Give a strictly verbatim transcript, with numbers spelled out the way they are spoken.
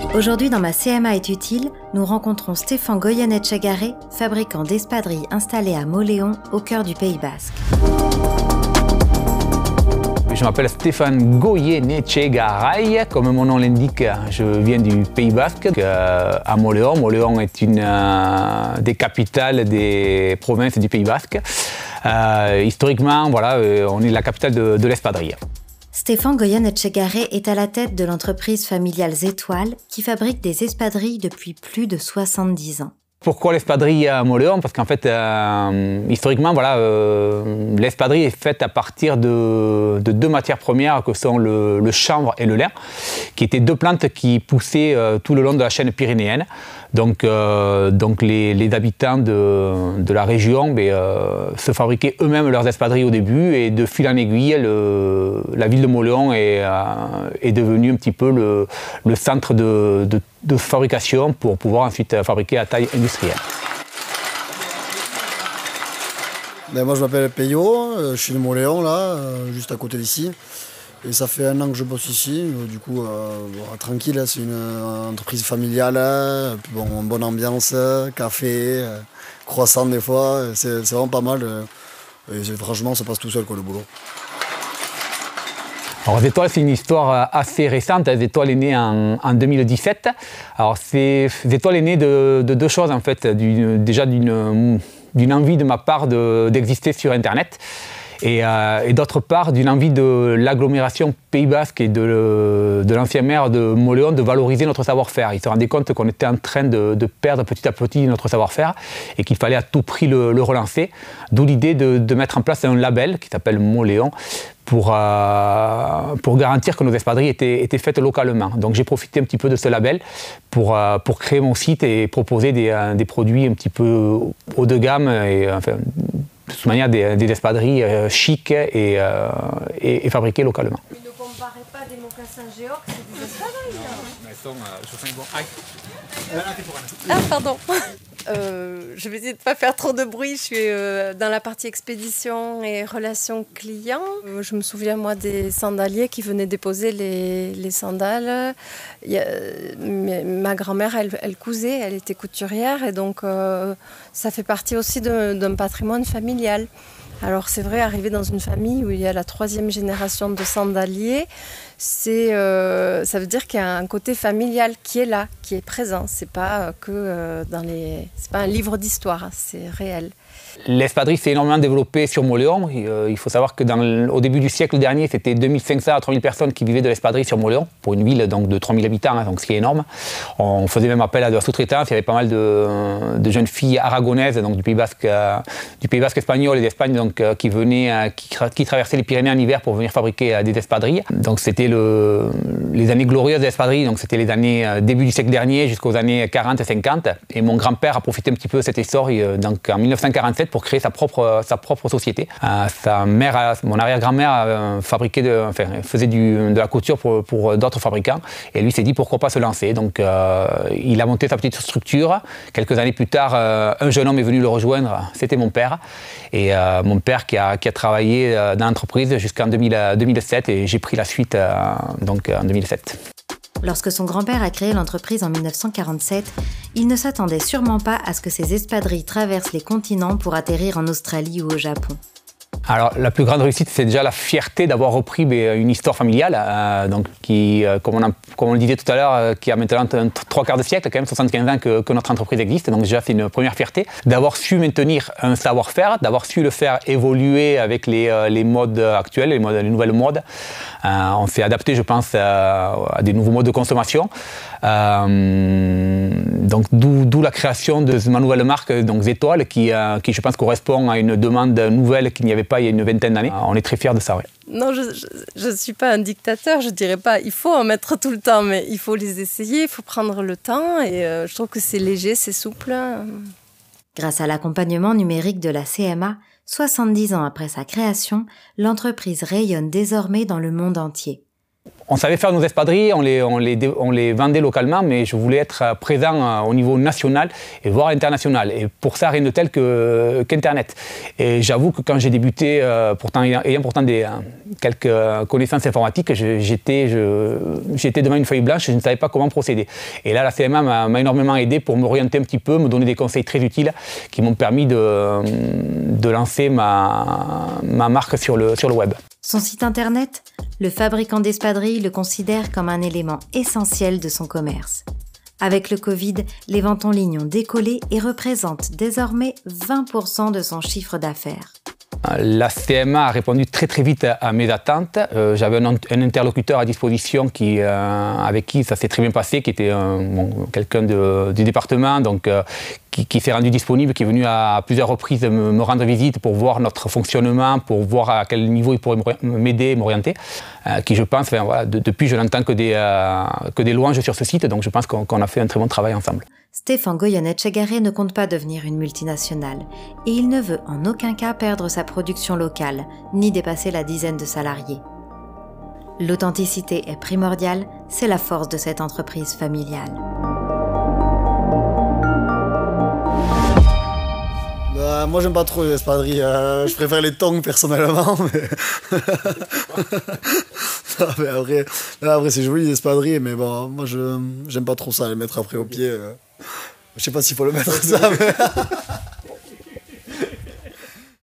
Aujourd'hui, dans Ma C M A est utile, nous rencontrons Stéphane Goyenetxegaray, fabricant d'espadrilles installé à Mauléon, au cœur du Pays Basque. Je m'appelle Stéphane Goyenetxegaray, comme mon nom l'indique, je viens du Pays Basque, à Mauléon. Mauléon est une euh, des capitales des provinces du Pays Basque. Euh, historiquement, voilà, on est la capitale de, de l'espadrille. Stéphane Goyenetxegaray est à la tête de l'entreprise familiale Zétoile qui fabrique des espadrilles depuis plus de soixante-dix ans. Pourquoi l'espadrille à Mauléon? Parce qu'en fait, euh, historiquement, voilà, euh, l'espadrille est faite à partir de, de deux matières premières que sont le, le chanvre et le lin, qui étaient deux plantes qui poussaient euh, tout le long de la chaîne pyrénéenne. Donc, euh, donc les, les habitants de, de la région ben, euh, se fabriquaient eux-mêmes leurs espadrilles au début, et de fil en aiguille, le, la ville de Mauléon est, euh, est devenue un petit peu le, le centre de, de, de fabrication pour pouvoir ensuite fabriquer à taille industrielle. Ben moi je m'appelle Peyo, je suis de Mauléon là, juste à côté d'ici. Et ça fait un an que je bosse ici, du coup, euh, bon, tranquille, c'est une entreprise familiale, puis bon, bonne ambiance, café, euh, croissant des fois, c'est vraiment pas mal. Et franchement, ça passe tout seul, quoi, le boulot. Alors Zétoile, c'est une histoire assez récente. Zétoile est née en, en deux mille dix-sept. Alors Zétoile est née de, de deux choses, en fait. Du, déjà d'une d'une envie de ma part d'exister de, sur Internet. Et, euh, et d'autre part, d'une envie de l'agglomération Pays Basque et de, de l'ancien maire de Mauléon de valoriser notre savoir-faire. Il se rendait compte qu'on était en train de, de perdre petit à petit notre savoir-faire et qu'il fallait à tout prix le, le relancer. D'où l'idée de, de mettre en place un label qui s'appelle Mauléon pour, euh, pour garantir que nos espadrilles étaient, étaient faites localement. Donc j'ai profité un petit peu de ce label pour, euh, pour créer mon site et proposer des, euh, des produits un petit peu haut de gamme et enfin, de toute manière des, des espadrilles euh, chics et, euh, et, et fabriquées localement. Mais ne comparez pas des mocassins géorgs, c'est des espadrilles. Mais elles sont, euh, je fais un bon... Ah, pardon. Euh, je vais essayer de ne pas faire trop de bruit. Je suis euh, dans la partie expédition et relations clients. Euh, je me souviens, moi, des sandaliers qui venaient déposer les, les sandales. Il y a, ma grand-mère, elle, elle cousait, elle était couturière. Et donc, euh, ça fait partie aussi d'un patrimoine familial. Alors c'est vrai, arriver dans une famille où il y a la troisième génération de sandaliers, c'est, euh, ça veut dire qu'il y a un côté familial qui est là, qui est présent. C'est pas que euh, dans les, c'est pas un livre d'histoire, c'est réel. L'espadrille s'est énormément développée sur Mauléon. Il faut savoir que dans le, au début du siècle dernier, c'était deux mille cinq cents à trois mille personnes qui vivaient de l'espadrille sur Mauléon, pour une ville donc, de trois mille habitants, hein, donc ce qui est énorme. On faisait même appel à de la sous-traitance. Il y avait pas mal de, de jeunes filles aragonaises, donc du Pays Basque, euh, du Pays Basque espagnol et d'Espagne, donc euh, qui venaient, euh, qui, qui traversaient les Pyrénées en hiver pour venir fabriquer euh, des espadrilles. Donc c'était le, les années glorieuses de l'espadrille. Donc c'était les années euh, début du siècle dernier jusqu'aux années quarante et cinquante. Et mon grand-père a profité un petit peu de cet essor euh, donc en mille neuf cent quarante-sept pour créer sa propre, sa propre société. Euh, sa mère, mon arrière-grand-mère euh, fabriquait de, enfin, faisait du, de la couture pour, pour d'autres fabricants, et lui s'est dit pourquoi pas se lancer. Donc euh, il a monté sa petite structure. Quelques années plus tard, euh, un jeune homme est venu le rejoindre, c'était mon père. Et euh, mon père qui a, qui a travaillé dans l'entreprise jusqu'en deux mille sept, et j'ai pris la suite euh, donc, en deux mille sept. Lorsque son grand-père a créé l'entreprise en mille neuf cent quarante-sept, il ne s'attendait sûrement pas à ce que ses espadrilles traversent les continents pour atterrir en Australie ou au Japon. Alors, la plus grande réussite, c'est déjà la fierté d'avoir repris une histoire familiale, euh, donc qui, euh, comme, on a, comme on le disait tout à l'heure, euh, qui a maintenant un, trois quarts de siècle, quand même soixante-quinze ans que, que notre entreprise existe. Donc déjà, c'est une première fierté d'avoir su maintenir un savoir-faire, d'avoir su le faire évoluer avec les, euh, les modes actuels, les, modes, les nouvelles modes. Euh, on s'est adapté, je pense, à, à des nouveaux modes de consommation. Euh, donc d'où la création de ma nouvelle marque, donc Zétoile, qui, euh, qui, je pense, correspond à une demande nouvelle qu'il n'y avait pas il y a une vingtaine d'années. On est très fiers de ça, oui. Non, je ne suis pas un dictateur, je dirais pas il faut en mettre tout le temps, mais il faut les essayer, il faut prendre le temps, et euh, je trouve que c'est léger, c'est souple. Grâce à l'accompagnement numérique de la C M A, soixante-dix ans après sa création, l'entreprise rayonne désormais dans le monde entier. On savait faire nos espadrilles, on les, on, les, on les vendait localement, mais je voulais être présent au niveau national et voire international. Et pour ça, rien de tel que, qu'Internet. Et j'avoue que quand j'ai débuté, euh, pourtant, ayant pourtant des, euh, quelques connaissances informatiques, je, j'étais, je, j'étais devant une feuille blanche, je ne savais pas comment procéder. Et là, la C M A m'a, m'a énormément aidé pour m'orienter un petit peu, me donner des conseils très utiles qui m'ont permis de, de lancer ma, ma marque sur le, sur le web. Son site internet, le fabricant d'espadrilles le considère comme un élément essentiel de son commerce. Avec le Covid, les ventes en ligne ont décollé et représentent désormais vingt pour cent de son chiffre d'affaires. La C M A a répondu très très vite à mes attentes. Euh, j'avais un, un interlocuteur à disposition qui, euh, avec qui ça s'est très bien passé, qui était euh, bon, quelqu'un de, du département, donc, euh, qui, qui s'est rendu disponible, qui est venu à plusieurs reprises me, me rendre visite pour voir notre fonctionnement, pour voir à quel niveau il pourrait m'aider, m'orienter. Euh, qui je pense, enfin, voilà, de, depuis je n'entends que des, euh, que des louanges sur ce site, donc je pense qu'on, qu'on a fait un très bon travail ensemble. Stéphane Goyen-Etchegaray ne compte pas devenir une multinationale et il ne veut en aucun cas perdre sa production locale, ni dépasser la dizaine de salariés. L'authenticité est primordiale, c'est la force de cette entreprise familiale. Bah, moi j'aime pas trop les espadrilles, euh, je préfère les tongs personnellement. Mais... non, mais après, après c'est joli les espadrilles, mais bon, moi je j'aime pas trop ça, les mettre après au pied. Euh... Je sais pas s'il faut le mettre ça, mais...